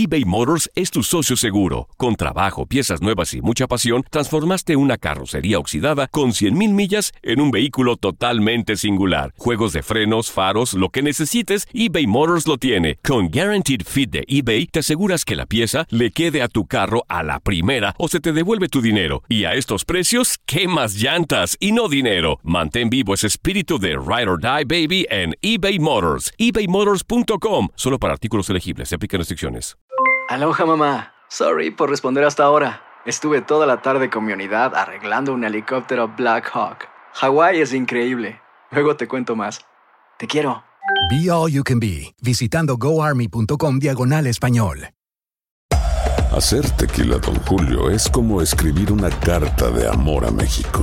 eBay Motors es tu socio seguro. Con trabajo, piezas nuevas y mucha pasión, transformaste una carrocería oxidada con 100,000 millas en un vehículo totalmente singular. Juegos de frenos, faros, lo que necesites, eBay Motors lo tiene. Con Guaranteed Fit de eBay, te aseguras que la pieza le quede a tu carro a la primera o se te devuelve tu dinero. Y a estos precios, ¿qué más llantas y no dinero? Mantén vivo ese espíritu de Ride or Die, baby, en eBay Motors. ebaymotors.com. Solo para artículos elegibles. Se aplican restricciones. Aloha, mamá. Sorry por responder hasta ahora. Estuve toda la tarde con mi unidad arreglando un helicóptero Black Hawk. Hawái es increíble. Luego te cuento más. Te quiero. Be All You Can Be, visitando goarmy.com/español. Hacer tequila Don Julio es como escribir una carta de amor a México.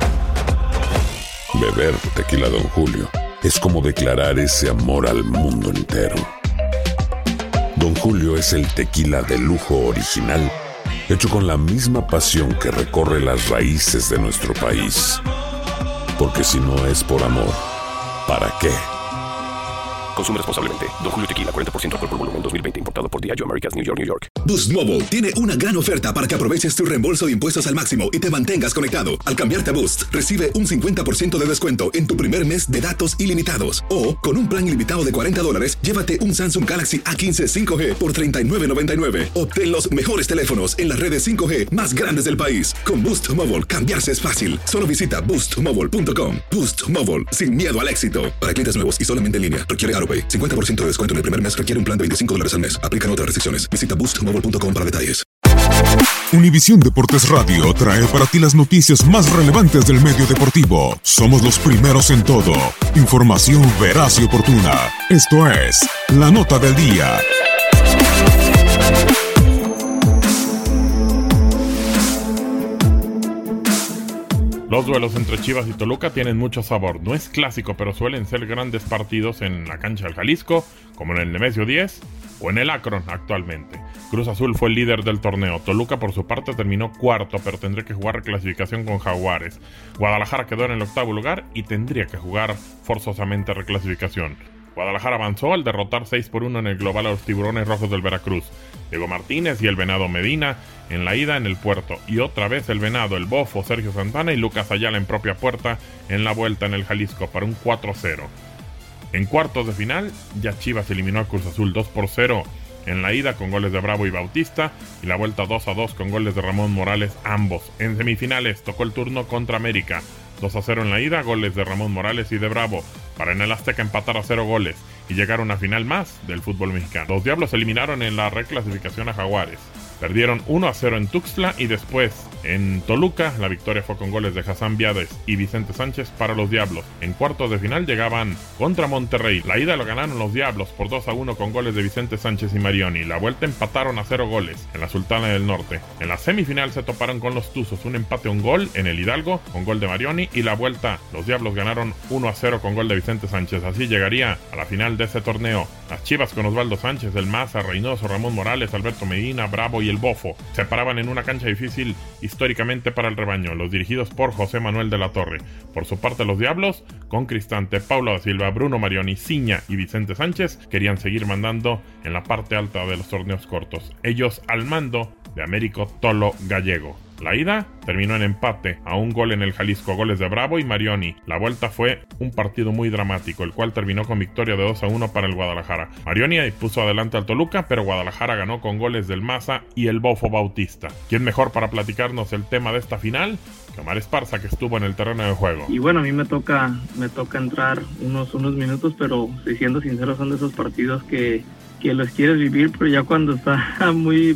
Beber tequila Don Julio es como declarar ese amor al mundo entero. Don Julio es el tequila de lujo original, hecho con la misma pasión que recorre las raíces de nuestro país. Porque si no es por amor, ¿para qué? Consume responsablemente. Don Julio Tequila, 40% alcohol por volumen, 2020. Importado por Diageo Americas, New York, New York. Boost Mobile tiene una gran oferta para que aproveches tu reembolso de impuestos al máximo y te mantengas conectado. Al cambiarte a Boost, recibe un 50% de descuento en tu primer mes de datos ilimitados. O, con un plan ilimitado de $40, llévate un Samsung Galaxy A15 5G por $39.99. Obtén los mejores teléfonos en las redes 5G más grandes del país. Con Boost Mobile, cambiarse es fácil. Solo visita boostmobile.com. Boost Mobile, sin miedo al éxito. Para clientes nuevos y solamente en línea, requiere AroPay. 50% de descuento en el primer mes requiere un plan de $25 al mes. Aplican otras restricciones. Visita boostmobile.com para detalles. Univisión Deportes Radio trae para ti las noticias más relevantes del medio deportivo. Somos los primeros en todo. Información veraz y oportuna. Esto es La Nota del Día. Los duelos entre Chivas y Toluca tienen mucho sabor. No es clásico, pero suelen ser grandes partidos en la cancha del Jalisco, como en el Nemesio 10 o en el Akron actualmente. Cruz Azul fue el líder del torneo. Toluca, por su parte, terminó cuarto, pero tendría que jugar reclasificación con Jaguares. Guadalajara quedó en el octavo lugar y tendría que jugar forzosamente reclasificación. Guadalajara avanzó al derrotar 6-1 en el global a los Tiburones Rojos del Veracruz. Diego Martínez y el Venado Medina en la ida en el Puerto, y otra vez el Venado, el Bofo, Sergio Santana y Lucas Ayala en propia puerta en la vuelta en el Jalisco para un 4-0. En cuartos de final, ya Chivas eliminó a Cruz Azul 2-0 en la ida con goles de Bravo y Bautista, y la vuelta 2-2 con goles de Ramón Morales ambos. En semifinales tocó el turno contra América, 2-0 en la ida, goles de Ramón Morales y de Bravo, para en el Azteca empatar a 0 goles y llegar a una final más del fútbol mexicano. Los Diablos eliminaron en la reclasificación a Jaguares. Perdieron 1-0 en Tuxtla y después en Toluca la victoria fue con goles de Hassan Viades y Vicente Sánchez para los Diablos. En cuartos de final llegaban contra Monterrey. La ida lo ganaron los Diablos por 2-1 con goles de Vicente Sánchez y Marioni. La vuelta empataron a 0 goles en la Sultana del Norte. En la semifinal se toparon con los Tuzos, un empate a un gol en el Hidalgo con gol de Marioni, y la vuelta los Diablos ganaron 1-0 con gol de Vicente Sánchez. Así llegaría a la final de ese torneo las Chivas con Osvaldo Sánchez, El Maza, Reynoso, Ramón Morales, Alberto Medina, Bravo y el Bofo. Se paraban en una cancha difícil históricamente para el rebaño, los dirigidos por José Manuel de la Torre. Por su parte, los Diablos, con Cristante, Paulo da Silva, Bruno Marioni, Ciña y Vicente Sánchez, querían seguir mandando en la parte alta de los torneos cortos, ellos al mando de Américo Tolo Gallego. La ida terminó en empate a un gol en el Jalisco, goles de Bravo y Marioni. La vuelta fue un partido muy dramático, el cual terminó con victoria de 2-1 para el Guadalajara. Marioni puso adelante al Toluca, pero Guadalajara ganó con goles del Maza y el Bofo Bautista. ¿Quién mejor para platicarnos el tema de esta final que Omar Esparza, que estuvo en el terreno de juego? Y bueno, a mí me toca entrar unos minutos, pero si siendo sincero, son de esos partidos que los quieres vivir, pero ya cuando está muy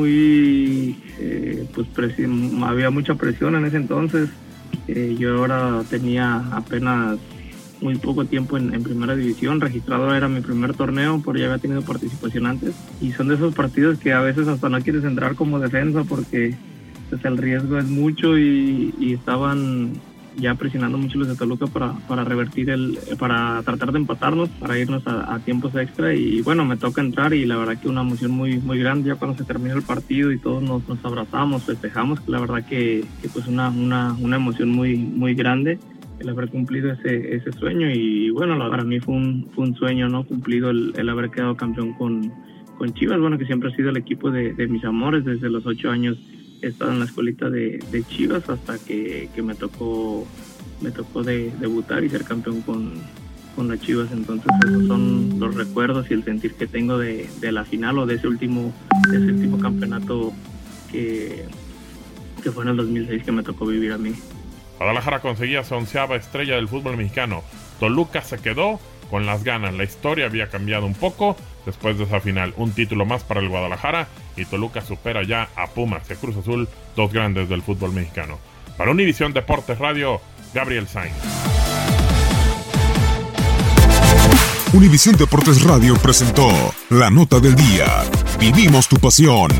había mucha presión en ese entonces. Yo ahora tenía apenas muy poco tiempo en primera división, registrado era mi primer torneo, pero ya había tenido participación antes, y son de esos partidos que a veces hasta no quieres entrar como defensa porque pues, el riesgo es mucho, y estaban ya presionando mucho los de Toluca para revertir para tratar de empatarnos, para irnos a tiempos extra. Y bueno, me toca entrar, y la verdad que una emoción muy grande ya cuando se termina el partido y todos nos abrazamos, festejamos, que la verdad que pues una emoción muy grande el haber cumplido ese sueño. Y bueno, para mí fue un sueño no cumplido el haber quedado campeón con Chivas, bueno, que siempre ha sido el equipo de mis amores. Desde los 8 años he estado en la escuelita de Chivas hasta que me tocó debutar y ser campeón con las Chivas. Entonces esos son los recuerdos y el sentir que tengo de la final o de ese último campeonato que fue en el 2006 que me tocó vivir a mí. Guadalajara conseguía su 11ª estrella del fútbol mexicano. Toluca se quedó con las ganas. La historia había cambiado un poco después de esa final. Un título más para el Guadalajara y Toluca supera ya a Pumas y a Cruz Azul, 2 grandes del fútbol mexicano. Para Univisión Deportes Radio, Gabriel Sainz. Univisión Deportes Radio presentó la nota del día. Vivimos tu pasión.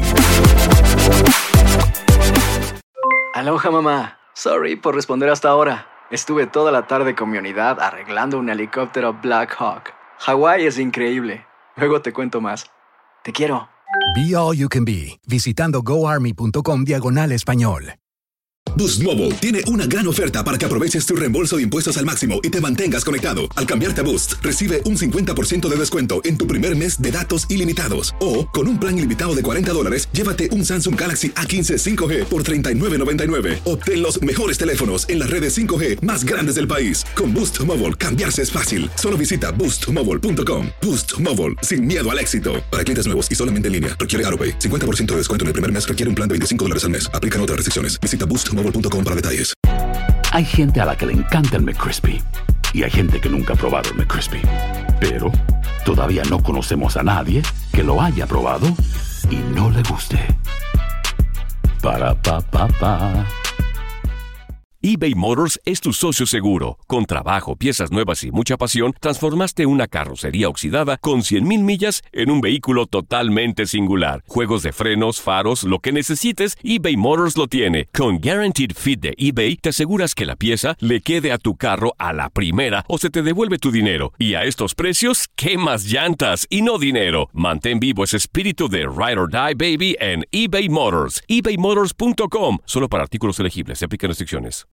Aloha, mamá. Sorry por responder hasta ahora. Estuve toda la tarde con mi unidad arreglando un helicóptero Black Hawk. Hawái es increíble. Luego te cuento más. Te quiero. Be All You Can Be, visitando goarmy.com/español. Boost Mobile tiene una gran oferta para que aproveches tu reembolso de impuestos al máximo y te mantengas conectado. Al cambiarte a Boost, recibe un 50% de descuento en tu primer mes de datos ilimitados. O, con un plan ilimitado de $40, llévate un Samsung Galaxy A15 5G por $39.99. Obtén los mejores teléfonos en las redes 5G más grandes del país. Con Boost Mobile, cambiarse es fácil. Solo visita boostmobile.com. Boost Mobile, sin miedo al éxito. Para clientes nuevos y solamente en línea, requiere AutoPay. 50% de descuento en el primer mes requiere un plan de $25 al mes. Aplican otras restricciones. Visita boostmobile.com para detalles. Hay gente a la que le encanta el McCrispy y hay gente que nunca ha probado el McCrispy. Pero todavía no conocemos a nadie que lo haya probado y no le guste. Para pa pa pa. eBay Motors es tu socio seguro. Con trabajo, piezas nuevas y mucha pasión, transformaste una carrocería oxidada con 100,000 millas en un vehículo totalmente singular. Juegos de frenos, faros, lo que necesites, eBay Motors lo tiene. Con Guaranteed Fit de eBay, te aseguras que la pieza le quede a tu carro a la primera o se te devuelve tu dinero. Y a estos precios, ¿qué más llantas y no dinero? Mantén vivo ese espíritu de Ride or Die, baby, en eBay Motors. ebaymotors.com. Solo para artículos elegibles. Se aplican restricciones.